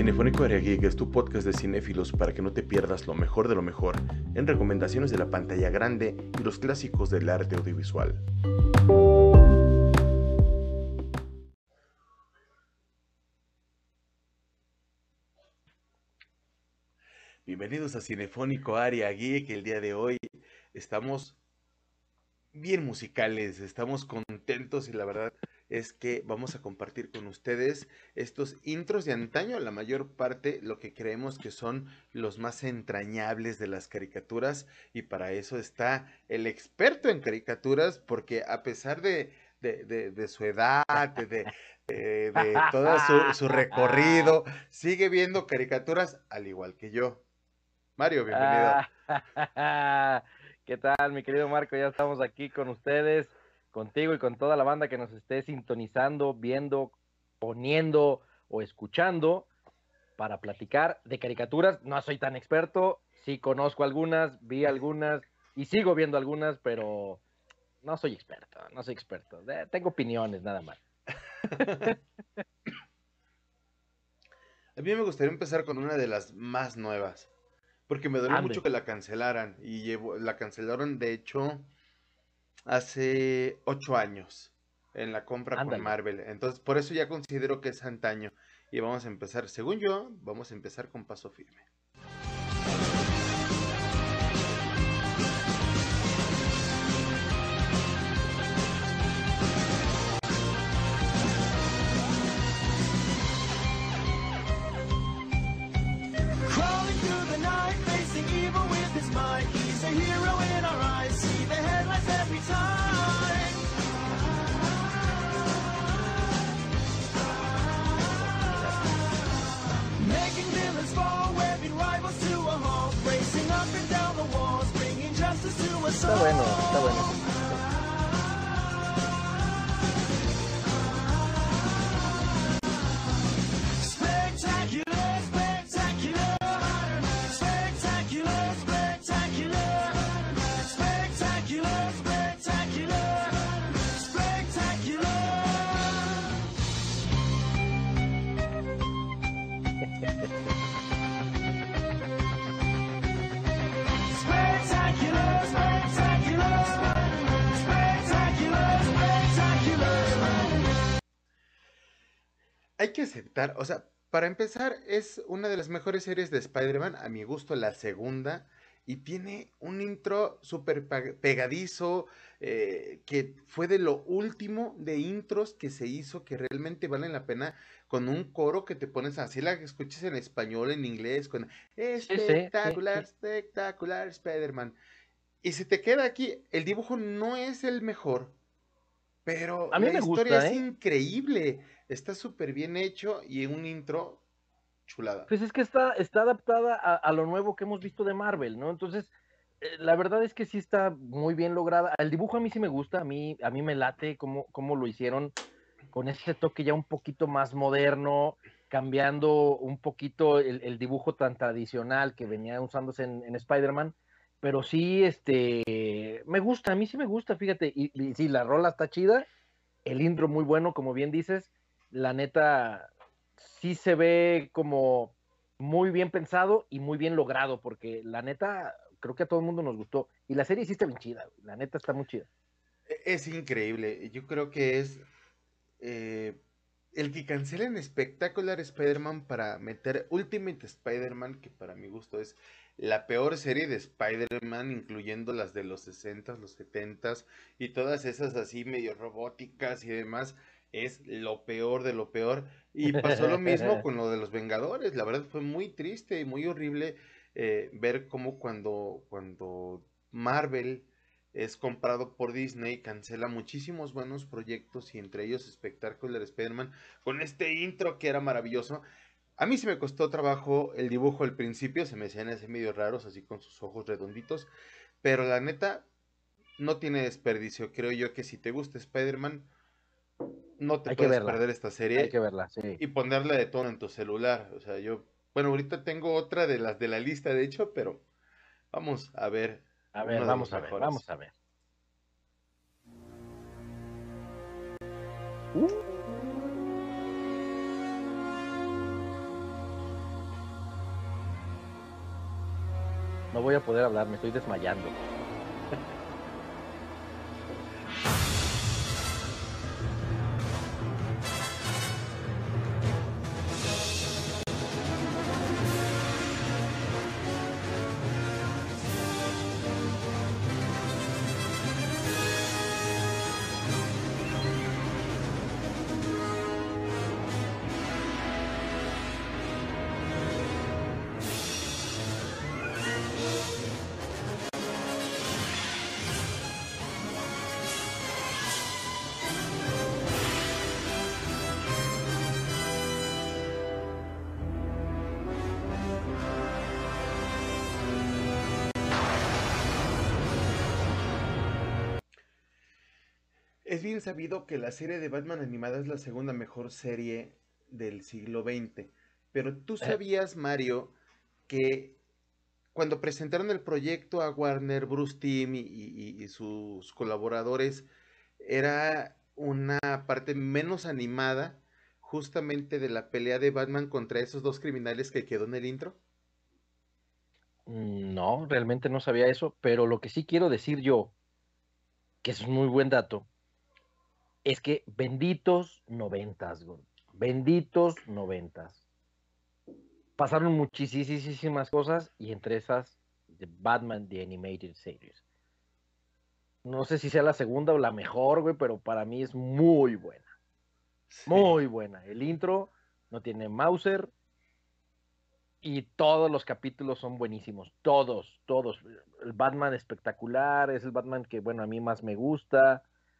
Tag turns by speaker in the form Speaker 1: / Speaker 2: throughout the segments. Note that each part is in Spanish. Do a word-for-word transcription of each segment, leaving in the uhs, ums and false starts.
Speaker 1: Cinefónico Área Geek es tu podcast de cinéfilos para que no te pierdas lo mejor de lo mejor en recomendaciones de la pantalla grande y los clásicos del arte audiovisual. Bienvenidos a Cinefónico Área Geek. El día de hoy estamos bien musicales, estamos contentos y la verdad es que vamos a compartir con ustedes estos intros de antaño, la mayor parte lo que creemos que son los más entrañables de las caricaturas, y para eso está el experto en caricaturas, porque a pesar de, de, de, de su edad, de, de, de, de todo su, su recorrido, sigue viendo caricaturas al igual que yo. Mario, bienvenido.
Speaker 2: Ah, ¿qué tal, mi querido Marco? Ya estamos aquí con ustedes, contigo y con toda la banda que nos esté sintonizando, viendo, poniendo o escuchando para platicar de caricaturas. No soy tan experto, sí conozco algunas, vi algunas y sigo viendo algunas, pero no soy experto, no soy experto. Eh, tengo opiniones nada más.
Speaker 1: A mí me gustaría empezar con una de las más nuevas, porque me dolió mucho
Speaker 2: Ande,
Speaker 1: que la cancelaran, y llevo, la cancelaron de hecho hace ocho años en la compra con
Speaker 2: ándale.
Speaker 1: Marvel. Entonces, por eso ya considero que es antaño. Y vamos a empezar, según yo, vamos a empezar con Paso Firme.
Speaker 3: Crawling through the night, facing evil with his might. He's a hero in our eyes. See the headlights every time. Making villains fall, webbing rivals to a halt. Racing up and down the walls, bringing justice to us
Speaker 2: Está
Speaker 3: all.
Speaker 2: bueno, está bueno.
Speaker 3: Spectacular, spectacular. Spectacular, spectacular. Spectacular, spectacular. Spectacular. Spectacular, spectacular. Spectacular, spectacular.
Speaker 1: Hay que aceptar, o sea, para empezar, es una de las mejores series de Spider-Man, a mi gusto la segunda, y tiene un intro súper pa- pegadizo, eh, que fue de lo último de intros que se hizo que realmente valen la pena, con un coro que te pones así, la que escuches en español, en inglés, con
Speaker 2: Sí, sí, sí,
Speaker 1: espectacular,
Speaker 2: sí.
Speaker 1: espectacular Spider-Man. Y se te queda aquí, el dibujo no es el mejor, pero
Speaker 2: A mí
Speaker 1: la
Speaker 2: me
Speaker 1: historia
Speaker 2: gusta,
Speaker 1: es
Speaker 2: ¿eh?
Speaker 1: increíble, está súper bien hecho y un intro chulada.
Speaker 2: Pues es que está, está adaptada a, a lo nuevo que hemos visto de Marvel, ¿no? Entonces, eh, la verdad es que sí está muy bien lograda. El dibujo a mí sí me gusta, a mí, a mí me late cómo, cómo lo hicieron con ese toque ya un poquito más moderno, cambiando un poquito el, el dibujo tan tradicional que venía usándose en, en Spider-Man. Pero sí, este, me gusta, a mí sí me gusta, fíjate. Y, y sí, la rola está chida, el intro muy bueno, como bien dices. La neta, sí se ve como muy bien pensado y muy bien logrado, porque la neta, creo que a todo el mundo nos gustó. Y la serie sí está bien chida, güey. La neta está muy chida.
Speaker 1: E- Es increíble, yo creo que es eh, el que cancelen Spectacular Spider-Man para meter Ultimate Spider-Man, que para mi gusto es la peor serie de Spider-Man, incluyendo las de los sesentas, los setentas y todas esas así medio robóticas y demás, es lo peor de lo peor. Y pasó lo mismo con lo de los Vengadores, la verdad fue muy triste y muy horrible, eh, ver cómo cuando, cuando Marvel es comprado por Disney, cancela muchísimos buenos proyectos y entre ellos Spectacular Spider-Man, con este intro que era maravilloso. A mí se me costó trabajo el dibujo al principio, se me hacían así medio raros, así con sus ojos redonditos, pero la neta no tiene desperdicio. Creo yo que si te gusta Spider-Man, no te
Speaker 2: Hay que
Speaker 1: puedes
Speaker 2: verla,
Speaker 1: perder esta
Speaker 2: hay que
Speaker 1: serie
Speaker 2: verla, sí.
Speaker 1: y ponerla de tono en tu celular. O sea, yo, bueno, ahorita tengo otra de las de la lista, de hecho, pero vamos a ver
Speaker 2: A ver,
Speaker 1: uno de los
Speaker 2: vamos a ver,
Speaker 1: mejores.
Speaker 2: vamos a ver. Uh, No voy a poder hablar, me estoy desmayando.
Speaker 1: Es bien sabido que la serie de Batman animada es la segunda mejor serie del siglo veinte. Pero tú
Speaker 2: Eh,
Speaker 1: sabías, Mario, que cuando presentaron el proyecto a Warner, Bruce Timm y, y- y sus colaboradores, era una parte menos animada justamente de la pelea de Batman contra esos dos criminales que quedó en el intro.
Speaker 2: no, realmente no sabía eso, pero lo que sí quiero decir yo, que es un muy buen dato, es que benditos noventas, güey. Benditos noventas. Pasaron muchísimas cosas y entre esas, The Batman, The Animated Series. No sé si sea la segunda o la mejor, güey, pero para mí es muy buena.
Speaker 1: Sí.
Speaker 2: Muy buena. El intro no tiene Mauser y todos los capítulos son buenísimos. Todos, todos. El Batman espectacular, es el Batman que, bueno, a mí más me gusta.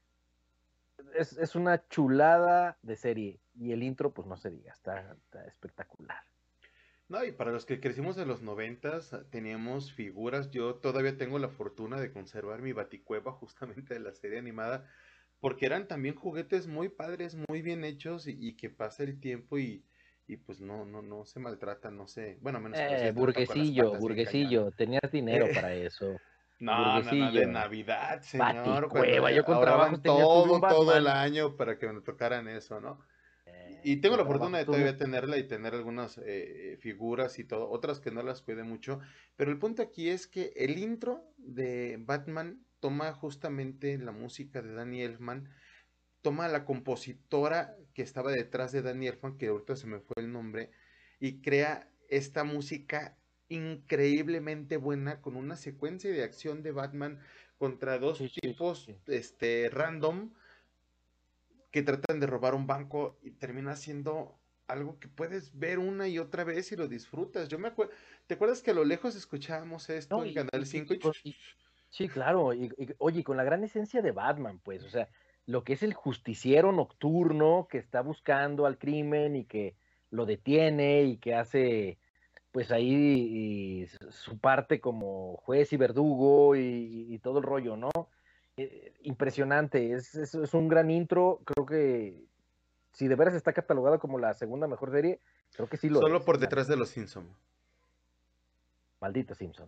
Speaker 2: Es, es una chulada de serie. Y el intro, pues no se diga, está, está espectacular.
Speaker 1: No, y para los que crecimos en los noventas, ah, teníamos figuras. Yo todavía tengo la fortuna de conservar mi Baticueva justamente de la serie animada, porque eran también juguetes muy padres, muy bien hechos y, y que pasa el tiempo y, y pues no, no, no se maltratan, no sé. Bueno, a menos que los
Speaker 2: Eh,
Speaker 1: hayas tratado con las
Speaker 2: burguesillo,
Speaker 1: patas bien cañón.
Speaker 2: burguesillo, tenías dinero
Speaker 1: Eh,
Speaker 2: para eso.
Speaker 1: no, no, no, de
Speaker 2: Burguesillo,
Speaker 1: Navidad, señor, cuando
Speaker 2: Baticueva,
Speaker 1: eh,
Speaker 2: yo con trabajos
Speaker 1: ahorraban
Speaker 2: tenía, tuve un
Speaker 1: todo, todo el
Speaker 2: Batman.
Speaker 1: año para que me tocaran eso, ¿no?
Speaker 2: Eh,
Speaker 1: Y tengo
Speaker 2: con
Speaker 1: la fortuna
Speaker 2: trabajos
Speaker 1: de
Speaker 2: tuve.
Speaker 1: todavía tenerla y tener algunas eh, figuras y todo, otras que no las cuide mucho. Pero el punto aquí es que el intro de Batman toma justamente la música de Danny Elfman, toma a la compositora que estaba detrás de Danny Elfman, que ahorita se me fue el nombre, y crea esta música increíblemente buena con una secuencia de acción de Batman contra dos
Speaker 2: Sí, sí,
Speaker 1: tipos
Speaker 2: sí.
Speaker 1: este, random que tratan de robar un banco y termina siendo algo que puedes ver una y otra vez y lo disfrutas. Yo me acuerdo, ¿te acuerdas que a lo lejos escuchábamos esto
Speaker 2: No,
Speaker 1: en
Speaker 2: y,
Speaker 1: Canal
Speaker 2: y, y-
Speaker 1: cinco?
Speaker 2: y con- y- sí, claro. Y, y, oye, con la gran esencia de Batman, pues, o sea, lo que es el justiciero nocturno que está buscando al crimen y que lo detiene y que hace, pues ahí y su parte como juez y verdugo y, y todo el rollo, ¿no? Eh, impresionante, es, es, es un gran intro, creo que si de veras está catalogado como la segunda mejor serie, creo que sí lo
Speaker 1: Solo
Speaker 2: es,
Speaker 1: por
Speaker 2: la
Speaker 1: detrás de
Speaker 2: neta.
Speaker 1: los Simpson.
Speaker 2: Maldito Simpson.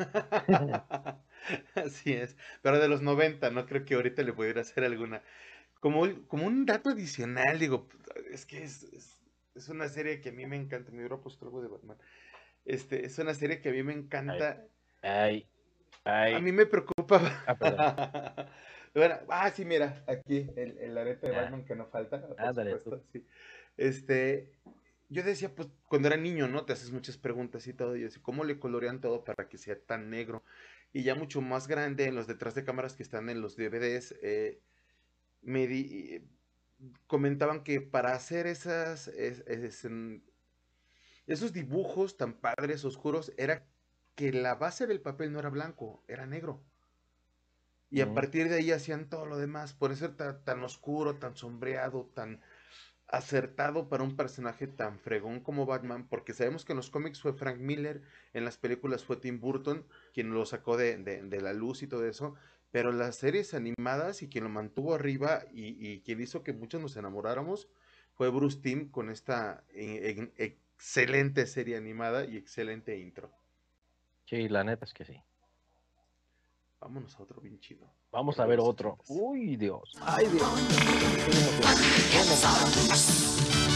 Speaker 1: Así es, pero de los noventa, no creo que ahorita le pudiera hacer alguna. Como, un- como un dato adicional, digo, es que es, es, es una serie que a mí me encanta, me hubiera puesto algo de Batman. Este, es una serie que a mí me
Speaker 2: Ay,
Speaker 1: encanta.
Speaker 2: ay,
Speaker 1: A
Speaker 2: ay.
Speaker 1: mí me preocupa.
Speaker 2: Ah, perdón.
Speaker 1: Bueno, ah, sí, mira, aquí el, el arete de
Speaker 2: Ah,
Speaker 1: Batman que no falta, por
Speaker 2: ándale tú.
Speaker 1: supuesto, sí. Este, yo decía, pues, cuando era niño, ¿no? Te haces muchas preguntas y todo, y así, ¿cómo le colorean todo para que sea tan negro? Y ya mucho más grande, en los detrás de cámaras que están en los D V Ds, eh, me di, eh, comentaban que para hacer esas, es- es- en- esos dibujos tan padres, oscuros, era que la base del papel no era blanco, era negro. Y a
Speaker 2: Mm,
Speaker 1: partir de ahí hacían todo lo demás. Por eso tan, tan oscuro, tan sombreado, tan acertado para un personaje tan fregón como Batman, porque sabemos que en los cómics fue Frank Miller, en las películas fue Tim Burton, quien lo sacó de, de, de la luz y todo eso, pero las series animadas y quien lo mantuvo arriba y, y quien hizo que muchos nos enamoráramos fue Bruce Timm con esta eh, eh, excelente serie animada y excelente intro.
Speaker 2: sí, la neta es que sí.
Speaker 1: Vámonos a otro bien chido.
Speaker 2: Vamos a
Speaker 1: Algo de
Speaker 2: ver
Speaker 1: los
Speaker 2: otro.
Speaker 1: ochentas.
Speaker 2: Uy, Dios. Ay, Dios. Estoy emocionado. Bien emocionado.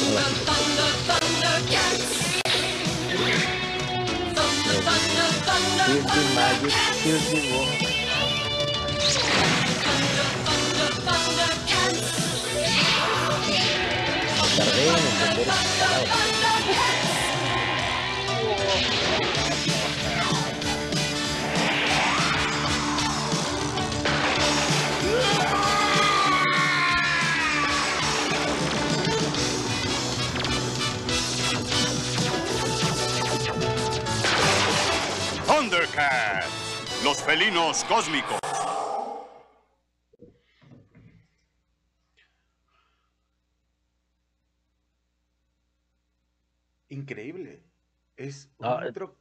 Speaker 2: como la Here's the magic, here's the war. Tardé en entender esas palabras.
Speaker 4: Thundercats, los felinos cósmicos.
Speaker 1: Increíble. Es un
Speaker 2: Ah,
Speaker 1: intro.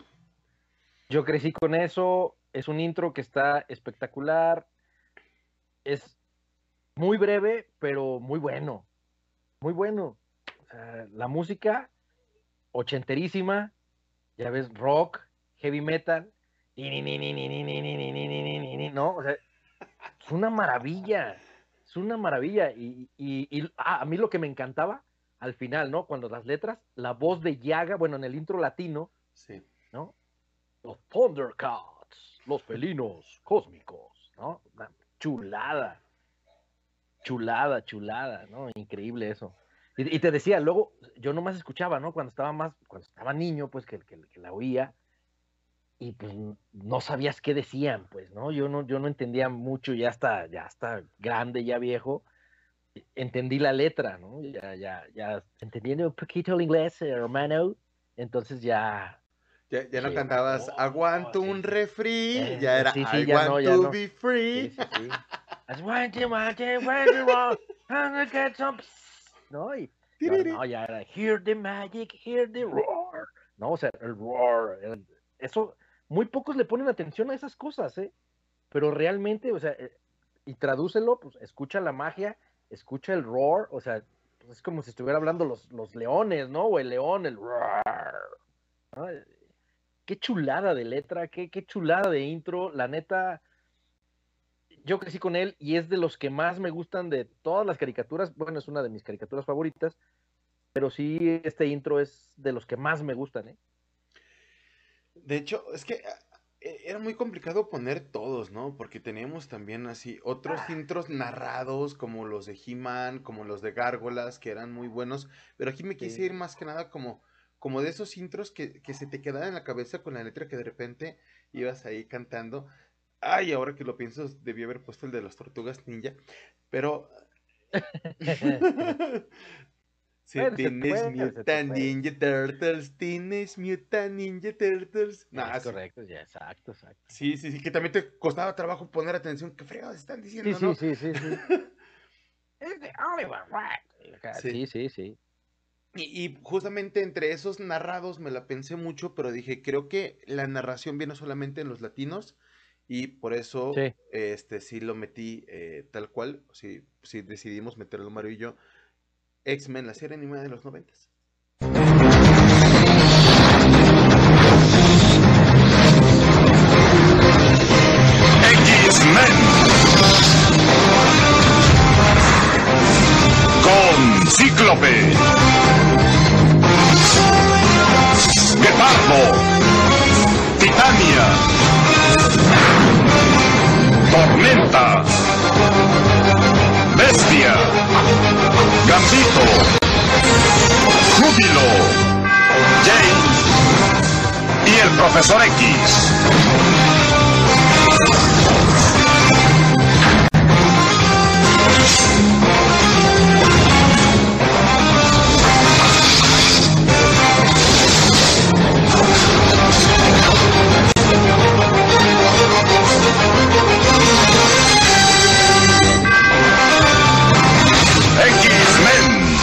Speaker 2: Yo crecí con eso, es un intro que está espectacular, es muy breve, pero muy bueno, muy bueno. O sea, la música, ochenterísima, ya ves, rock, heavy metal, ni, ni, ni, ni, ni, ni, ni, ni, ni, ni, ni, ni, ni, ¿no? O sea, es una maravilla, es una maravilla. Y, y, y ah, a mí lo que me encantaba, al final, ¿no? Cuando las letras, la voz de Yaga, bueno, en el intro latino,
Speaker 1: Sí.
Speaker 2: ¿no? Los Thundercats, los felinos cósmicos, ¿no? Una chulada, chulada, chulada, ¿no? Increíble eso. Y, y te decía, luego, yo nomás escuchaba, ¿no? Cuando estaba más, cuando estaba niño, pues, que, que, que la oía, y pues no sabías qué decían, pues, ¿no? Yo no, yo no entendía mucho, ya está, ya está grande, ya viejo, entendí la letra, ¿no? Ya, ya, ya, entendiendo un poquito el inglés, hermano, entonces ya,
Speaker 1: Ya, ya no
Speaker 2: dije,
Speaker 1: cantabas
Speaker 2: oh,
Speaker 1: aguanto
Speaker 2: sí,
Speaker 1: un
Speaker 2: sí.
Speaker 1: refri, ya
Speaker 2: Eh,
Speaker 1: era
Speaker 2: sí, sí,
Speaker 1: I
Speaker 2: ya no,
Speaker 1: want
Speaker 2: ya
Speaker 1: to
Speaker 2: no.
Speaker 1: be
Speaker 2: Sí,
Speaker 1: free.
Speaker 2: sí, sí. I want to, want to, want to, want to get some, ¿no? Y, y ahora
Speaker 1: Tiriri.
Speaker 2: no, ya era hear the magic, hear the roar. No, o sea, el roar. el- eso, muy pocos le ponen atención a esas cosas, ¿eh? Pero realmente, o sea, eh, y tradúcelo, pues escucha la magia, escucha el roar, o sea, pues, es como si estuviera hablando los, los leones, ¿no? O el león, el roar. ¿No? Qué chulada de letra, qué, qué chulada de intro, la neta, yo crecí con él y es de los que más me gustan de todas las caricaturas, bueno, es una de mis caricaturas favoritas, pero sí, este intro es de los que más me gustan, ¿eh?
Speaker 1: De hecho, es que ah, e- era muy complicado poner todos, ¿no? Porque teníamos también así otros intros narrados como los de He-Man, como los de Gárgolas, que eran muy buenos, pero aquí me quise ir
Speaker 2: Sí.
Speaker 1: más que nada como, como de esos intros que, que se te quedaban en la cabeza con la letra que de repente ibas ahí cantando. Ay, ahora que lo pienso, debí haber puesto el de las tortugas ninja, pero... Sí,
Speaker 2: Bueno, se te
Speaker 1: Teenage
Speaker 2: puede, se te
Speaker 1: Mutant
Speaker 2: puede.
Speaker 1: Ninja Turtles, Teenage Mutant Ninja Turtles. Nah,
Speaker 2: Es
Speaker 1: sí.
Speaker 2: correcto, ya, exacto, exacto.
Speaker 1: Sí, sí, sí, que también te costaba trabajo poner atención. ¿Qué fregados están
Speaker 2: Sí,
Speaker 1: diciendo,
Speaker 2: sí,
Speaker 1: no?
Speaker 2: sí, sí, sí. Es de Oliver Rex.
Speaker 1: Sí.
Speaker 2: Sí, sí, sí.
Speaker 1: Y, y justamente entre esos narrados me la pensé mucho, pero dije, creo que la narración viene solamente en los latinos y por eso
Speaker 2: Sí.
Speaker 1: este sí lo metí eh, tal cual. Sí, sí decidimos meterlo Mario y yo. X-Men, la serie animada de los noventas.
Speaker 4: X-Men. Con Cíclope. Guepardo. Titania. Tormenta. Bestia. Gambito. Júbilo. Jane. Y el Profesor X. X-Men.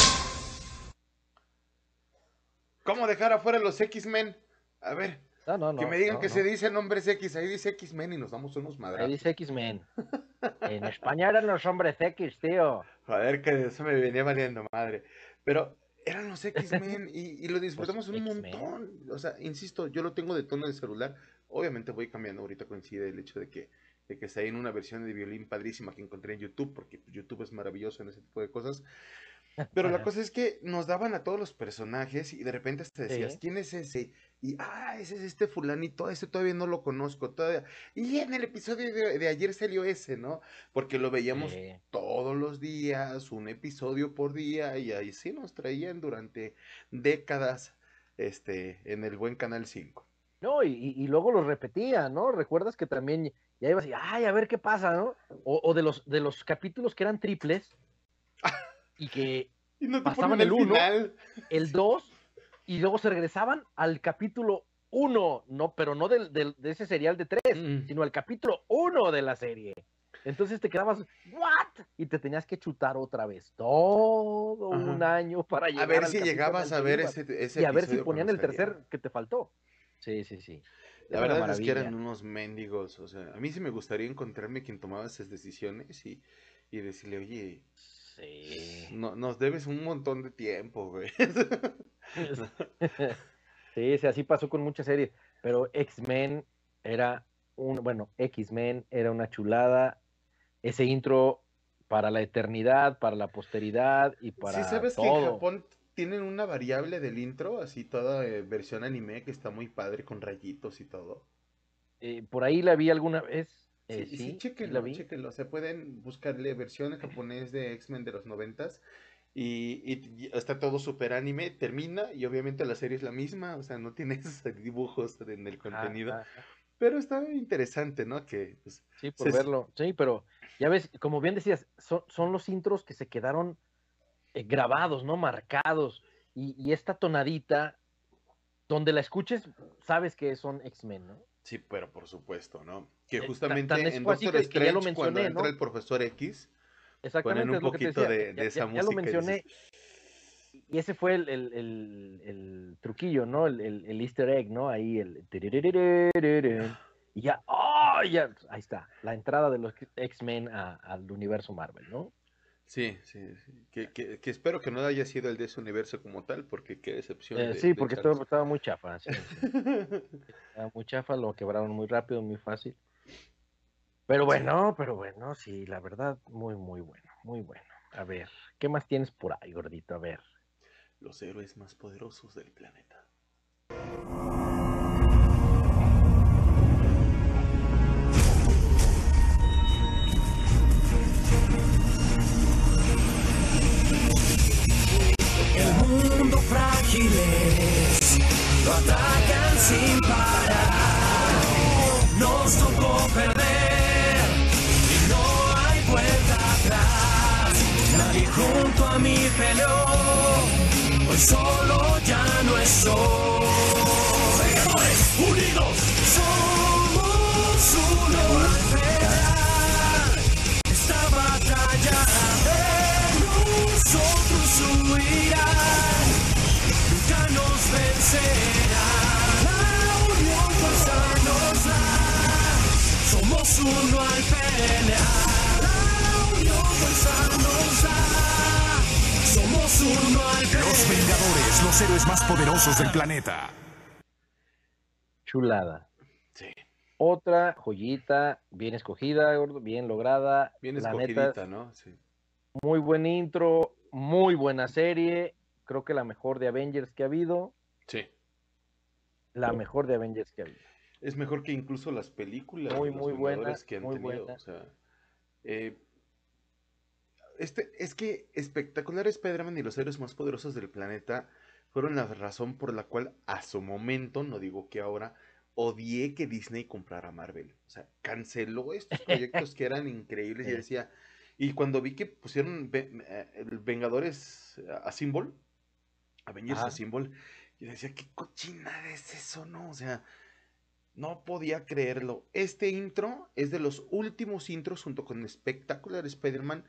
Speaker 1: ¿Cómo dejar afuera los X-Men? A ver,
Speaker 2: No, no,
Speaker 1: que
Speaker 2: no,
Speaker 1: me digan
Speaker 2: no,
Speaker 1: que
Speaker 2: no.
Speaker 1: se dice nombres X, ahí dice X-Men y nos damos unos
Speaker 2: Ahí
Speaker 1: madrazos.
Speaker 2: dice X-Men. En España eran los hombres X, tío.
Speaker 1: Joder, que eso me venía valiendo madre. Pero eran los X-Men y, y lo
Speaker 2: Los
Speaker 1: disfrutamos un
Speaker 2: X-Men.
Speaker 1: montón. O sea, insisto, yo lo tengo de tono de celular. Obviamente voy cambiando, ahorita coincide el hecho de que, de que está ahí en una versión de violín padrísima que encontré en YouTube, porque YouTube es maravilloso en ese tipo de cosas. Pero la cosa es que nos daban a todos los personajes y de repente te decías,
Speaker 2: Sí,
Speaker 1: ¿quién es ese? Y, ah, ese es este fulanito, ese todavía no lo conozco, todavía. Y en el episodio de, de ayer salió ese, ¿no? Porque lo veíamos
Speaker 2: sí.
Speaker 1: todos los días, un episodio por día, y ahí sí nos traían durante décadas, este, en el buen Canal cinco.
Speaker 2: No, y, y- y luego los repetía, ¿no? ¿Recuerdas que también ya ibas y, ay, a ver qué pasa, ¿no? O, o de los, de los capítulos que eran triples y que
Speaker 1: Y no te ponen
Speaker 2: pasaban
Speaker 1: el
Speaker 2: el uno,
Speaker 1: final.
Speaker 2: el dos y luego se regresaban al capítulo uno, no, pero no del, del- de ese serial de tres,
Speaker 1: Mm.
Speaker 2: sino al capítulo uno de la serie. Entonces te quedabas, ¿what? Y te tenías que chutar otra vez todo un
Speaker 1: Ajá.
Speaker 2: año para
Speaker 1: A
Speaker 2: llegar
Speaker 1: ver
Speaker 2: al
Speaker 1: si
Speaker 2: capítulo
Speaker 1: llegabas
Speaker 2: al
Speaker 1: a
Speaker 2: que
Speaker 1: ver
Speaker 2: ibas.
Speaker 1: ese, ese
Speaker 2: Y a ver si
Speaker 1: episodio cuando
Speaker 2: ponían el
Speaker 1: salía.
Speaker 2: tercer que te faltó. Sí, sí, sí.
Speaker 1: La
Speaker 2: Era una
Speaker 1: verdad es que eran
Speaker 2: maravilla.
Speaker 1: unos mendigos, o sea, a mí sí me gustaría encontrarme quien tomaba esas decisiones y, y decirle, oye,
Speaker 2: Sí.
Speaker 1: no, nos debes un montón de tiempo, güey. No.
Speaker 2: Sí, sí, así pasó con muchas series. Pero X-Men era un, bueno, X-Men era una chulada. Ese intro para la eternidad, para la posteridad y
Speaker 1: Sí,
Speaker 2: para
Speaker 1: sabes que en
Speaker 2: todo.
Speaker 1: Japón tienen una variable del intro, así toda eh, versión anime que está muy padre con rayitos y todo.
Speaker 2: Eh, por ahí la vi alguna vez. Eh,
Speaker 1: Sí, sí,
Speaker 2: sí, sí la
Speaker 1: chéquenlo,
Speaker 2: vi.
Speaker 1: chéquenlo. Se pueden buscarle versión en japonés de X-Men de los noventas y, y- y está todo super anime, termina y obviamente la serie es la misma, o sea, no tiene esos dibujos en el
Speaker 2: Ajá,
Speaker 1: contenido,
Speaker 2: ajá.
Speaker 1: pero está interesante, ¿no? Que pues,
Speaker 2: Sí, por
Speaker 1: se-
Speaker 2: verlo. Sí, pero ya ves, como bien decías, son, son los intros que se quedaron eh, grabados, ¿no? Marcados. Y, y esta tonadita, donde la escuches, sabes que son X-Men, ¿no?
Speaker 1: sí, pero por supuesto, ¿no? Que
Speaker 2: Eh, ta- tan
Speaker 1: justamente
Speaker 2: es
Speaker 1: en
Speaker 2: fue así
Speaker 1: Doctor
Speaker 2: que, que ya lo
Speaker 1: Strange, cuando
Speaker 2: mencioné,
Speaker 1: entra
Speaker 2: ¿no?
Speaker 1: el profesor X, ponen
Speaker 2: Exactamente,
Speaker 1: un
Speaker 2: es lo que te
Speaker 1: poquito
Speaker 2: decía.
Speaker 1: de,
Speaker 2: Ya,
Speaker 1: de
Speaker 2: ya-
Speaker 1: esa
Speaker 2: ya lo
Speaker 1: música y dices,
Speaker 2: mencioné. Y ese fue el, el- el- el truquillo, ¿no? El, el- el easter egg, ¿no? Ahí el... tiriririririririn. Y ya, ¡oh! Ya, ahí está, la entrada de los X-Men a- al universo Marvel, ¿no?
Speaker 1: sí, sí, sí. Que, que- que espero que no haya sido el de ese universo como tal, porque qué decepción
Speaker 2: Eh,
Speaker 1: de,
Speaker 2: sí,
Speaker 1: de
Speaker 2: porque estaba,
Speaker 1: Charles.
Speaker 2: estaba muy chafa, sí, sí. Estaba muy chafa, lo quebraron muy rápido, muy fácil. Pero
Speaker 1: Sí.
Speaker 2: bueno, pero bueno, sí, la verdad, muy, muy bueno, muy bueno. A ver, ¿qué más tienes por ahí, gordito? A ver.
Speaker 1: Los héroes más poderosos del planeta.
Speaker 3: El mundo frágil es, lo atacan sin parar. Nos tocó perder y no hay vuelta atrás. Nadie junto a mí peleó, hoy solo ya no estoy. Vengadores unidos, somos uno al pelear esta batalla. De nosotros huirán, nunca nos vencerá. La unión fuerza nos da, somos uno al pelear. La unión fuerza nos da, somos uno al pelear.
Speaker 4: Los Vengadores, los héroes más poderosos del planeta.
Speaker 2: Chulada.
Speaker 1: Sí,
Speaker 2: Otra joyita, bien escogida, gordo, bien lograda.
Speaker 1: bien
Speaker 2: La neta,
Speaker 1: escogidita, ¿no? Sí.
Speaker 2: muy buen intro, muy buena serie. Creo que la mejor de Avengers que ha habido.
Speaker 1: Sí.
Speaker 2: La mejor de Avengers que ha habido.
Speaker 1: Es mejor que incluso las películas
Speaker 2: Muy,
Speaker 1: de los
Speaker 2: muy buena,
Speaker 1: Vengadores que han
Speaker 2: muy
Speaker 1: tenido. O
Speaker 2: buena.
Speaker 1: sea, eh, este, es que espectacular Spider-Man y los héroes más poderosos del planeta fueron la razón por la cual a su momento, no digo que ahora, odié que Disney comprara Marvel. O sea, canceló estos proyectos que eran increíbles y
Speaker 2: Sí.
Speaker 1: decía, y cuando vi que pusieron Ve- eh, el Vengadores a Symbol, Avengers
Speaker 2: Ajá.
Speaker 1: Assemble, yo decía, ¿qué cochinada es eso, no? O sea, no podía creerlo. Este intro es de los últimos intros junto con Spectacular Spider-Man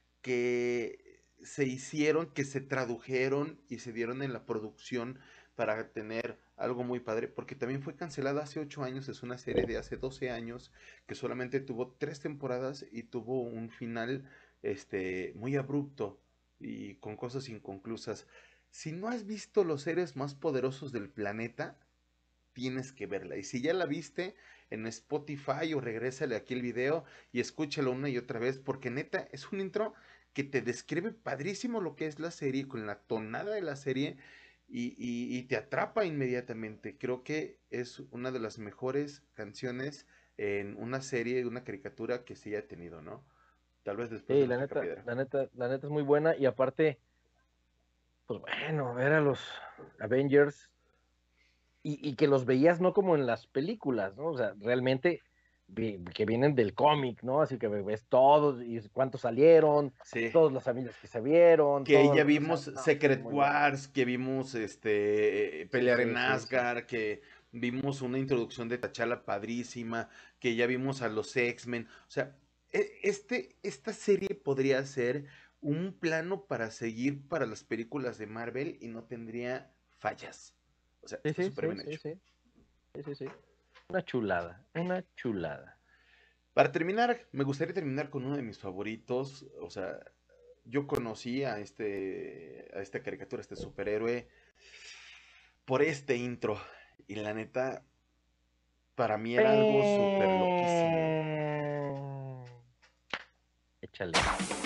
Speaker 1: que se hicieron, que se tradujeron y se dieron en la producción para tener algo muy padre, porque también fue cancelada hace ocho años, es una serie de hace doce años que solamente tuvo tres temporadas y tuvo un final este, muy abrupto y con cosas inconclusas. Si no has visto los seres más poderosos del planeta, tienes que verla. Y si ya la viste en Spotify o regrésale aquí el video y escúchalo una y otra vez, porque neta es un intro que te describe padrísimo lo que es la serie, con la tonada de la serie, y, y- y te atrapa inmediatamente. Creo que es una de las mejores canciones en una serie, una caricatura que se haya tenido, ¿no? Tal vez después de
Speaker 2: Sí,
Speaker 1: Los
Speaker 2: la neta,
Speaker 1: Picapiedra.
Speaker 2: la neta, la neta es muy buena y aparte, pues bueno, ver a los Avengers y, y que los veías no como en las películas, ¿no? O sea, realmente vi- que vienen del cómic, ¿no? Así que ves todos y cuántos salieron,
Speaker 1: Sí.
Speaker 2: todas las familias que se vieron,
Speaker 1: Que ya
Speaker 2: todo, o sea,
Speaker 1: vimos
Speaker 2: no, estuvo
Speaker 1: Secret
Speaker 2: muy bueno.
Speaker 1: Wars, que vimos este eh,
Speaker 2: Sí,
Speaker 1: pelear en
Speaker 2: sí, sí, sí.
Speaker 1: Asgard, que vimos una introducción de T'Challa padrísima, que ya vimos a los X-Men. O sea, e- este, esta serie podría ser un plano para seguir para las películas de Marvel y no tendría fallas. O sea,
Speaker 2: Sí,
Speaker 1: está
Speaker 2: sí,
Speaker 1: súper
Speaker 2: sí,
Speaker 1: bien
Speaker 2: sí,
Speaker 1: hecho.
Speaker 2: sí, sí, sí, sí. Una chulada, una chulada.
Speaker 1: Para terminar, me gustaría terminar con uno de mis favoritos. O sea, yo conocí a este, a esta caricatura, a este superhéroe, por este intro. Y la neta, para mí era algo súper loquísimo.
Speaker 2: Pem. Échale.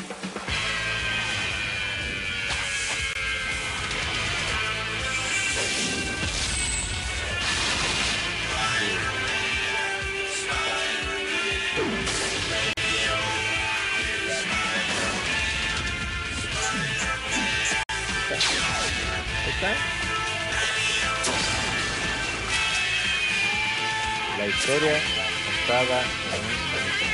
Speaker 2: Sí. ¿Está? ¿Está? La historia contada en un comic.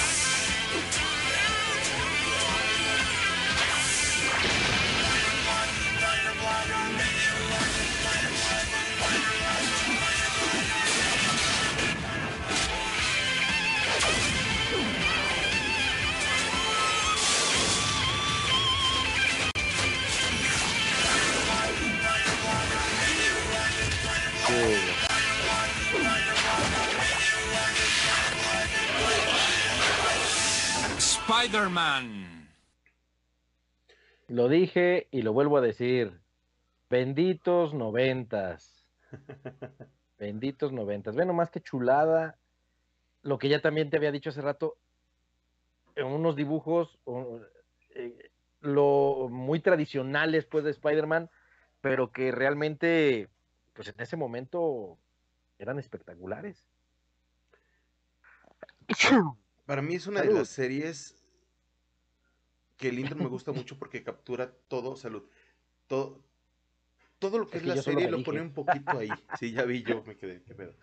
Speaker 2: Sí.
Speaker 4: Spider-Man.
Speaker 2: Lo dije y lo vuelvo a decir. Benditos noventas. Benditos noventas. Ve nomás qué chulada. Lo que ya también te había dicho hace rato, en unos dibujos o, eh, lo muy tradicionales pues de Spider-Man, pero que realmente pues en ese momento eran espectaculares.
Speaker 1: Para mí es una de
Speaker 2: Salud.
Speaker 1: las series que el intro me gusta mucho porque captura todo, salud, todo, todo lo que
Speaker 2: Es
Speaker 1: es
Speaker 2: que
Speaker 1: la
Speaker 2: yo solo
Speaker 1: serie
Speaker 2: me
Speaker 1: lo pone
Speaker 2: dije.
Speaker 1: un poquito ahí. Sí, ya vi yo, me quedé, qué pedo.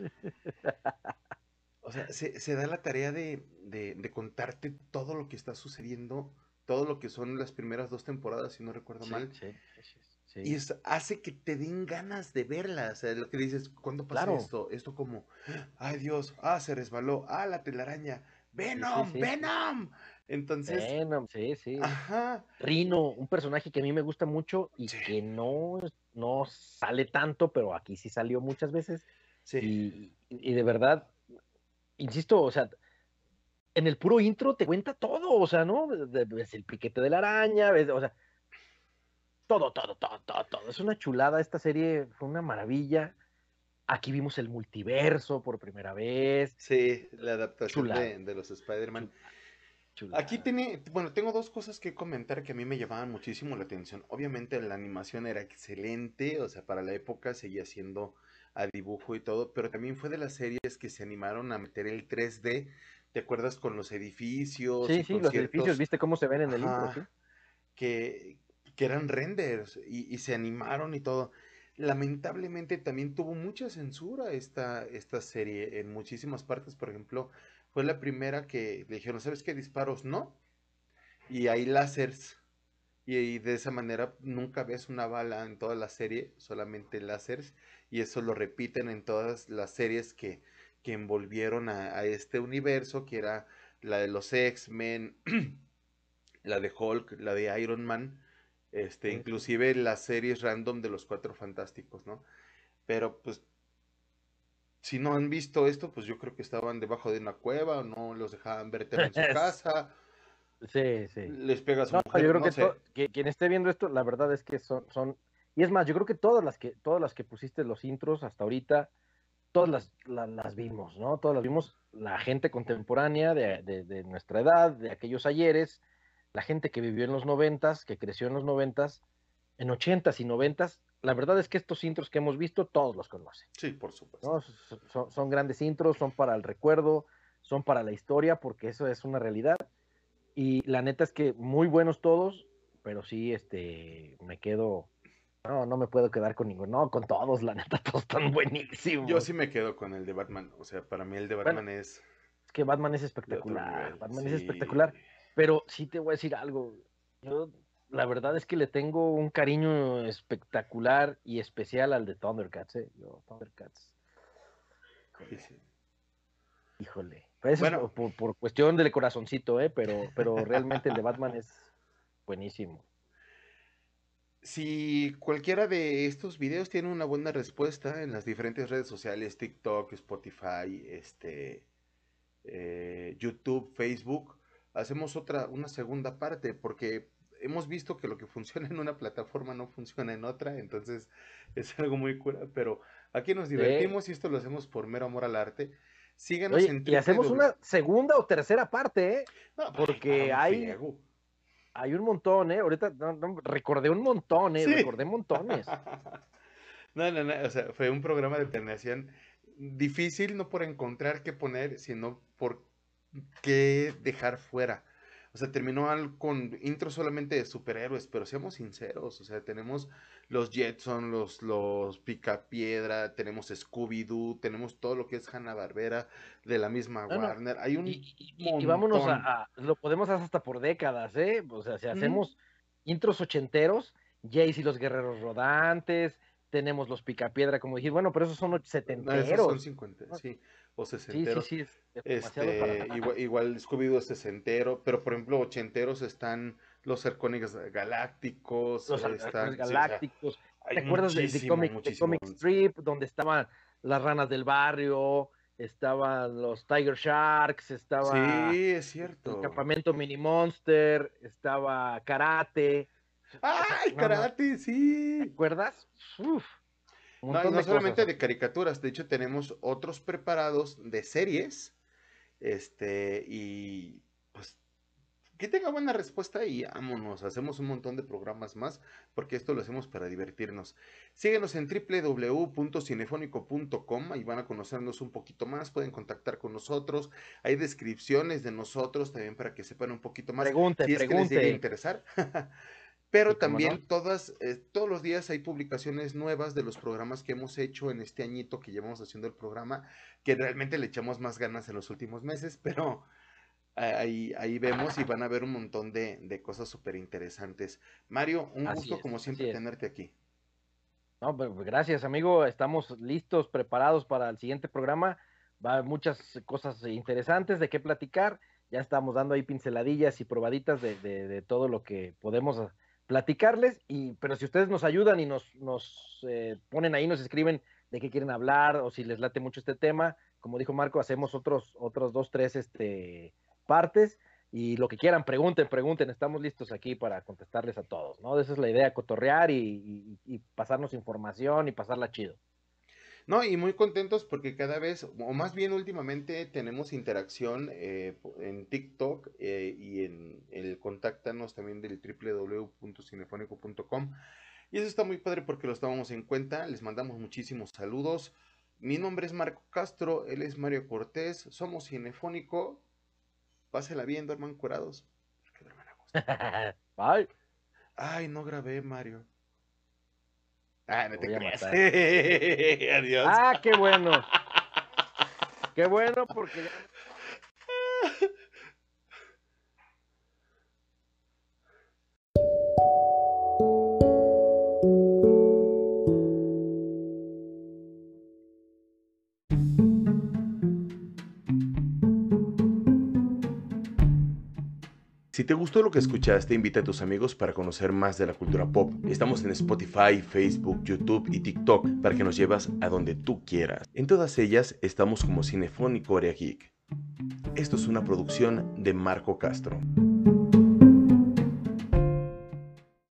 Speaker 1: O sea, se, se da la tarea de, de, de contarte todo lo que está sucediendo, todo lo que son las primeras dos temporadas, si no recuerdo
Speaker 2: Sí,
Speaker 1: mal.
Speaker 2: sí, sí,
Speaker 1: Y
Speaker 2: sí.
Speaker 1: eso hace que te den ganas de verla. O sea, lo que dices, ¿cuándo pasa
Speaker 2: Claro.
Speaker 1: esto? Esto como, ay Dios, ah, se resbaló, ah, la telaraña,
Speaker 2: Sí, sí,
Speaker 1: Venom,
Speaker 2: sí, sí.
Speaker 1: Venom. Entonces,
Speaker 2: Venom, sí, sí.
Speaker 1: ajá,
Speaker 2: Rino, un personaje que a mí me gusta mucho y
Speaker 1: sí,
Speaker 2: que no, no sale tanto, pero aquí sí salió muchas veces.
Speaker 1: sí,
Speaker 2: Y, y de verdad, insisto, o sea, en el puro intro te cuenta todo, o sea, ¿no? De- Ves el piquete de la araña, ves, o sea, todo, todo, todo, todo, todo. Es una chulada, esta serie fue una maravilla. Aquí vimos el multiverso por primera vez.
Speaker 1: sí, la adaptación de,
Speaker 2: Chulada,
Speaker 1: de los Spider-Man.
Speaker 2: chulada,
Speaker 1: Aquí
Speaker 2: chulada.
Speaker 1: tiene, bueno, tengo dos cosas que comentar que a mí me llamaban muchísimo la atención. Obviamente la animación era excelente, o sea, para la época seguía siendo a dibujo y todo, pero también fue de las series que se animaron a meter el tres D. ¿Te acuerdas con los edificios
Speaker 2: Sí,
Speaker 1: y
Speaker 2: sí,
Speaker 1: con
Speaker 2: los edificios,
Speaker 1: ciertos,
Speaker 2: ¿viste cómo se ven en el intro? Sí.
Speaker 1: ajá, que, que eran renders y, y se animaron y todo? Lamentablemente también tuvo mucha censura esta, esta serie en muchísimas partes. Por ejemplo, fue la primera que le dijeron, ¿sabes qué? Disparos, no, y hay láseres. Y, y de esa manera nunca ves una bala en toda la serie, solamente láseres. Y eso lo repiten en todas las series que, que envolvieron a, a este universo, que era la de los X-Men, la de Hulk, la de Iron Man, este,
Speaker 2: Sí, sí.
Speaker 1: inclusive las series random de los Cuatro Fantásticos, ¿no? Pero pues si no han visto esto, pues yo creo que estaban debajo de una cueva o no los dejaban ver tele en su casa,
Speaker 2: Sí, sí.
Speaker 1: les pega a su
Speaker 2: No, yo
Speaker 1: mujer,
Speaker 2: creo
Speaker 1: no
Speaker 2: que,
Speaker 1: sé.
Speaker 2: to- que quien esté viendo esto, la verdad es que son, son, y es más, yo creo que todas las que, todas las que pusiste los intros hasta ahorita, todas las, la- las vimos, ¿no? Todas las vimos la gente contemporánea de, de- de nuestra edad, de aquellos ayeres, la gente que vivió en los noventas, que creció en los noventas, en ochentas y noventas, la verdad es que estos intros que hemos visto, todos los conocen,
Speaker 1: Sí, por supuesto.
Speaker 2: ¿no? Son, son grandes intros, son para el recuerdo, son para la historia, porque eso es una realidad. Y la neta es que muy buenos todos, pero sí, este, me quedo, no, no me puedo quedar con ninguno, no, con todos, la neta, todos están buenísimos.
Speaker 1: Yo sí me quedo con el de Batman. O sea, para mí el de Batman
Speaker 2: Bueno,
Speaker 1: es
Speaker 2: es que Batman es
Speaker 1: de otro
Speaker 2: espectacular,
Speaker 1: nivel.
Speaker 2: Batman
Speaker 1: Sí.
Speaker 2: es espectacular, pero sí te voy a decir algo, yo la verdad es que le tengo un cariño espectacular y especial al de Thundercats, ¿eh? Yo, Thundercats,
Speaker 1: Sí, sí.
Speaker 2: híjole, pero eso
Speaker 1: Bueno.
Speaker 2: es por, por cuestión del corazoncito, ¿eh? Pero, pero realmente el de Batman es buenísimo.
Speaker 1: Si cualquiera de estos videos tiene una buena respuesta en las diferentes redes sociales, TikTok, Spotify, este, eh, YouTube, Facebook, hacemos otra, una segunda parte, porque hemos visto que lo que funciona en una plataforma no funciona en otra, entonces es algo muy cura, pero aquí nos
Speaker 2: Sí.
Speaker 1: divertimos y esto lo hacemos por mero amor al arte. Síganos
Speaker 2: Oye,
Speaker 1: en
Speaker 2: y hacemos
Speaker 1: www.
Speaker 2: una segunda o tercera parte, ¿eh?
Speaker 1: No,
Speaker 2: Porque
Speaker 1: para un
Speaker 2: hay,
Speaker 1: friego.
Speaker 2: hay un montón, ¿eh? Ahorita no, no, recordé un montón, ¿eh?
Speaker 1: Sí.
Speaker 2: Recordé montones.
Speaker 1: No, no, no, o sea, fue un programa de planeación difícil, no por encontrar qué poner, sino por qué dejar fuera. O sea, terminó al- con intro solamente de superhéroes, pero seamos sinceros, o sea, tenemos los Jetson, los, los Picapiedra, tenemos Scooby-Doo, tenemos todo lo que es Hanna-Barbera, de la misma
Speaker 2: No, no,
Speaker 1: Warner, hay un
Speaker 2: Y, y- y- y vámonos a,
Speaker 1: montón.
Speaker 2: a- lo podemos hacer hasta por décadas, ¿eh? O sea, si
Speaker 1: Ujú.
Speaker 2: hacemos intros ochenteros, Jace y los Guerreros Rodantes, tenemos los Picapiedra, como dijiste, bueno, pero esos son och-
Speaker 1: No, esos son
Speaker 2: setenteros.
Speaker 1: cincuenta,
Speaker 2: ¿No?
Speaker 1: sí, o
Speaker 2: Sí, sí,
Speaker 1: sesenteros.
Speaker 2: sí, es, es demasiado para...
Speaker 1: Este, igual, igual Scooby-Doo es sesentero, pero por ejemplo, ochenteros están los Halcones Galácticos,
Speaker 2: Los Halcones
Speaker 1: están, sí, o sea,
Speaker 2: Galácticos. ¿Te
Speaker 1: hay
Speaker 2: acuerdas de, de
Speaker 1: muchísimo,
Speaker 2: Comic, de
Speaker 1: muchísimo.
Speaker 2: Comic Strip, donde estaban las ranas del barrio, estaban los Tiger Sharks, estaba
Speaker 1: Sí, es
Speaker 2: el
Speaker 1: cierto.
Speaker 2: campamento Mini Monster, estaba Karate? O sea,
Speaker 1: ¡Ay,
Speaker 2: no, no,
Speaker 1: karate!
Speaker 2: ¿te
Speaker 1: Sí.
Speaker 2: acuerdas? Uf, un
Speaker 1: No, y
Speaker 2: montón
Speaker 1: no
Speaker 2: de
Speaker 1: solamente
Speaker 2: cosas.
Speaker 1: de caricaturas, de hecho tenemos otros preparados de series, este, y pues que tenga buena respuesta y vámonos, hacemos un montón de programas más, porque esto lo hacemos para divertirnos. Síguenos en w w w punto cinefónico punto com, ahí van a conocernos un poquito más, pueden contactar con nosotros, hay descripciones de nosotros también para que sepan un poquito más,
Speaker 2: Pregunte,
Speaker 1: si es que les llegue a
Speaker 2: pregunte.
Speaker 1: interesar. Pero
Speaker 2: Sí, cómo
Speaker 1: también
Speaker 2: no.
Speaker 1: todas, eh, todos los días hay publicaciones nuevas de los programas que hemos hecho en este añito que llevamos haciendo el programa, que realmente le echamos más ganas en los últimos meses, pero ahí, ahí vemos y van a ver un montón de, de cosas súper interesantes. Mario, un
Speaker 2: Así
Speaker 1: gusto
Speaker 2: es,
Speaker 1: como siempre
Speaker 2: así es.
Speaker 1: tenerte aquí.
Speaker 2: No, pero gracias, amigo. Estamos listos, preparados para el siguiente programa. Va a haber muchas cosas interesantes de qué platicar. Ya estamos dando ahí pinceladillas y probaditas de, de, de todo lo que podemos platicarles. Y, pero si ustedes nos ayudan y nos, nos eh, ponen ahí, nos escriben de qué quieren hablar o si les late mucho este tema, como dijo Marco, hacemos otros, otros dos, tres este, partes. Y lo que quieran, pregunten, pregunten, estamos listos aquí para contestarles a todos, ¿no? Esa es la idea, cotorrear y, y, y pasarnos información y pasarla chido.
Speaker 1: No, y muy contentos porque cada vez, o más bien últimamente, tenemos interacción eh, en TikTok eh, y en el contáctanos también del w w w punto cinefónico punto com. Y eso está muy padre porque lo estábamos en cuenta. Les mandamos muchísimos saludos. Mi nombre es Marco Castro, él es Mario Cortés, somos Cinefónico. Pásela bien, duerman curados. Porque duerman a gusto.
Speaker 2: Bye.
Speaker 1: Ay, no grabé, Mario. Ah, no
Speaker 2: Lo
Speaker 1: te
Speaker 2: voy a
Speaker 1: creas.
Speaker 2: matar.
Speaker 1: Adiós.
Speaker 2: Ah, qué bueno. Qué bueno porque ya...
Speaker 1: Si te gustó lo que escuchaste, invita a tus amigos para conocer más de la cultura pop. Estamos en Spotify, Facebook, YouTube y TikTok para que nos llevas a donde tú quieras. En todas ellas estamos como Cinefónico Area Geek. Esto es una producción de Marco Castro.